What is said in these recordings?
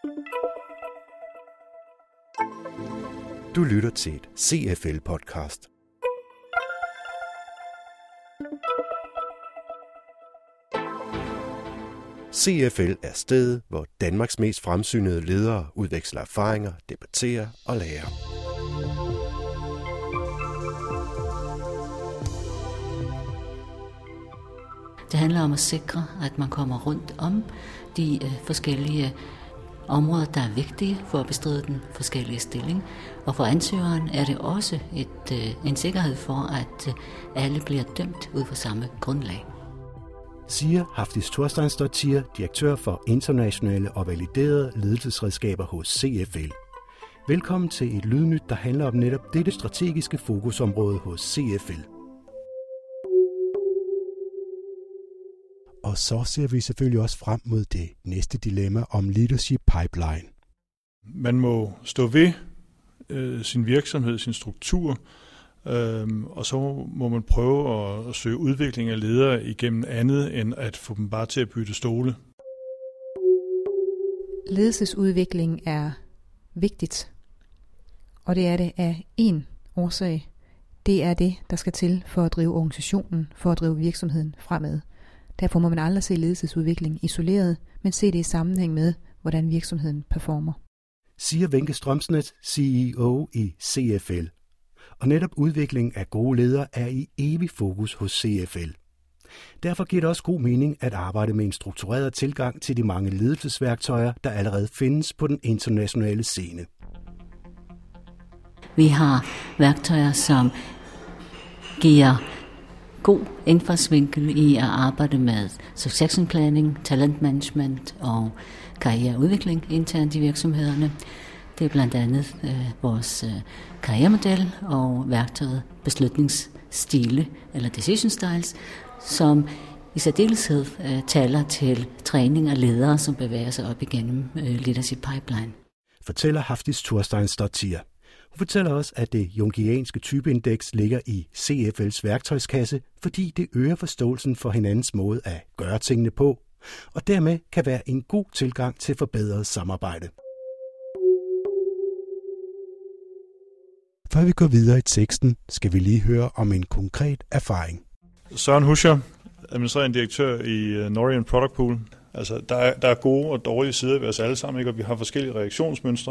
Du lytter til et CFL-podcast. CFL er stedet, hvor Danmarks mest fremsynede ledere udveksler erfaringer, debatterer og lærer. Det handler om at sikre, at man kommer rundt om de forskellige områder, der er vigtige for at bestride den forskellige stilling. Og for ansøgeren er det også en sikkerhed for, at alle bliver dømt ud fra samme grundlag. Siger Hafdís Thorsteinsdóttir, direktør for internationale og validerede ledelsesredskaber hos CFL. Velkommen til et lydnyt, der handler om netop dette strategiske fokusområde hos CFL. Og så ser vi selvfølgelig også frem mod det næste dilemma om leadership pipeline. Man må stå ved sin virksomhed, sin struktur, og så må man prøve at søge udvikling af ledere igennem andet, end at få dem bare til at bytte stole. Ledelsesudvikling er vigtigt, og det er det af én årsag. Det er det, der skal til for at drive organisationen, for at drive virksomheden fremad. Derfor må man aldrig se ledelsesudvikling isoleret, men se det i sammenhæng med, hvordan virksomheden performer. Siger Wenche Strømsnet, CEO i CFL. Og netop udvikling af gode ledere er i evig fokus hos CFL. Derfor giver det også god mening at arbejde med en struktureret tilgang til de mange ledelsesværktøjer, der allerede findes på den internationale scene. Vi har værktøjer, som giver god indfaldsvinkel i at arbejde med succession planning, talent management og karriereudvikling internt i virksomhederne. Det er blandt andet vores karrieremodel og værktøjet beslutningsstile eller decision styles, som i særdeleshed taler til træning af ledere, som bevæger sig op igennem leadership pipeline. Fortæller Hafdís Thorsteinsdóttir. Hun fortæller også, at det jungianske typeindeks ligger i CFL's værktøjskasse, fordi det øger forståelsen for hinandens måde at gøre tingene på, og dermed kan være en god tilgang til forbedret samarbejde. Før vi går videre i teksten, skal vi lige høre om en konkret erfaring. Søren Huscher, administrerende direktør i Norian Product Pool. Altså, der er gode og dårlige sider ved os alle sammen, ikke? Og vi har forskellige reaktionsmønstre.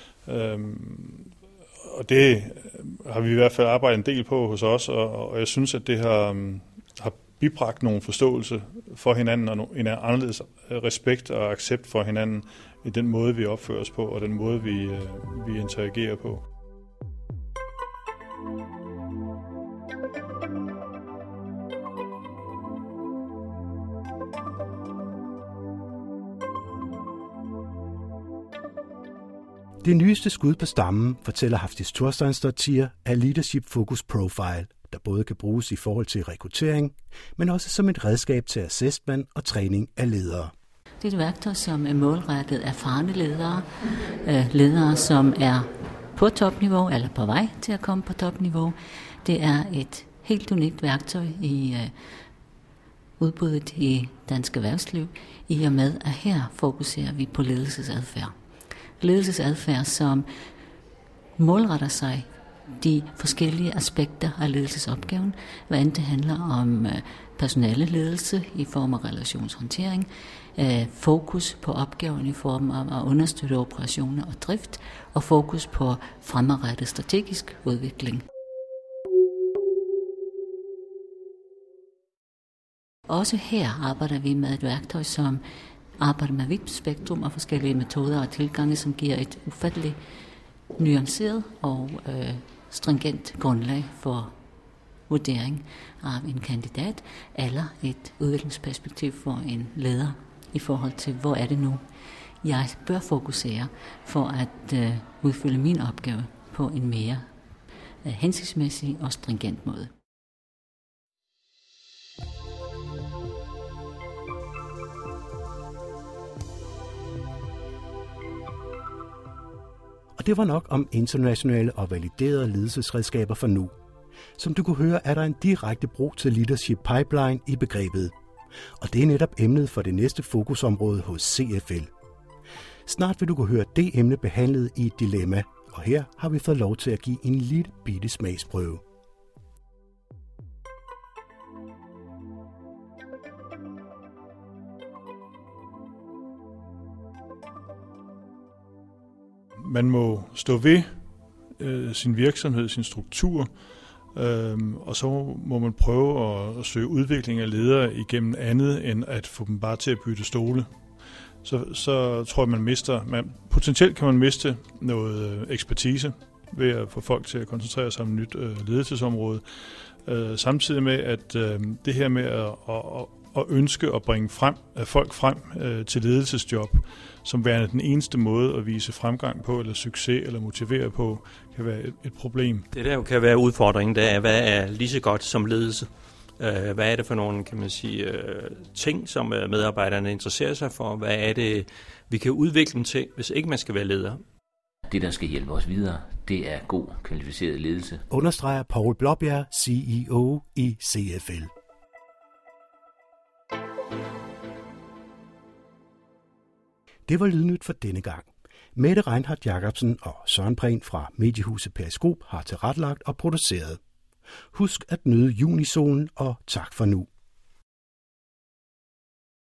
Og det har vi i hvert fald arbejdet en del på hos os, og jeg synes, at det har bibragt nogle forståelse for hinanden og en anderledes respekt og accept for hinanden i den måde, vi opfører os på og den måde, vi interagerer på. Det nyeste skud på stammen, fortæller Hafdís Thorsteinsdóttir, er Leadership Focus Profile, der både kan bruges i forhold til rekruttering, men også som et redskab til assessment og træning af ledere. Det er et værktøj, som er målrettet erfarne ledere, ledere som er på topniveau eller på vej til at komme på topniveau. Det er et helt unikt værktøj i udbuddet i dansk erhvervsliv, i og med at her fokuserer vi på ledelsesadfærd. Ledelsesadfærd, som målretter sig de forskellige aspekter af ledelsesopgaven, hvad end det handler om personaleledelse i form af relationshåndtering, fokus på opgaven i form af at understøtte operationer og drift, og fokus på fremadrettet strategisk udvikling. Også her arbejder vi med et værktøj, som arbejder med vidt spektrum af forskellige metoder og tilgange, som giver et ufatteligt nuanceret og stringent grundlag for vurdering af en kandidat eller et udviklingsperspektiv for en leder i forhold til, hvor er det nu, jeg bør fokusere for at udfylde min opgave på en mere hensigtsmæssig og stringent måde. Og det var nok om internationale og validerede ledelsesredskaber for nu. Som du kunne høre, er der en direkte brug til Leadership Pipeline i begrebet. Og det er netop emnet for det næste fokusområde hos CFL. Snart vil du kunne høre det emne behandlet i et dilemma, og her har vi fået lov til at give en lille bitte smagsprøve. Man må stå ved sin virksomhed, sin struktur, og så må man prøve at søge udvikling af ledere igennem andet, end at få dem bare til at bytte stole. Så tror jeg, potentielt kan man miste noget ekspertise ved at få folk til at koncentrere sig om et nyt ledelsesområde. Samtidig med, at det her med at ønske at bringe folk frem til ledelsesjob, som værende den eneste måde at vise fremgang på, eller succes, eller motivere på, kan være et problem. Det der jo kan være udfordringen, det er, hvad er lige så godt som ledelse? Hvad er det for nogle, kan man sige, ting, som medarbejderne interesserer sig for? Hvad er det, vi kan udvikle dem til, hvis ikke man skal være leder? Det, der skal hjælpe os videre, det er god, kvalificeret ledelse. Understreger Poul Blåbjerg, CEO i CFL. Det var Lydnyt for denne gang. Mette Reinhardt Jacobsen og Søren Prehn fra Mediehuset Periskop har tilrettelagt og produceret. Husk at nyde junisolen, og tak for nu.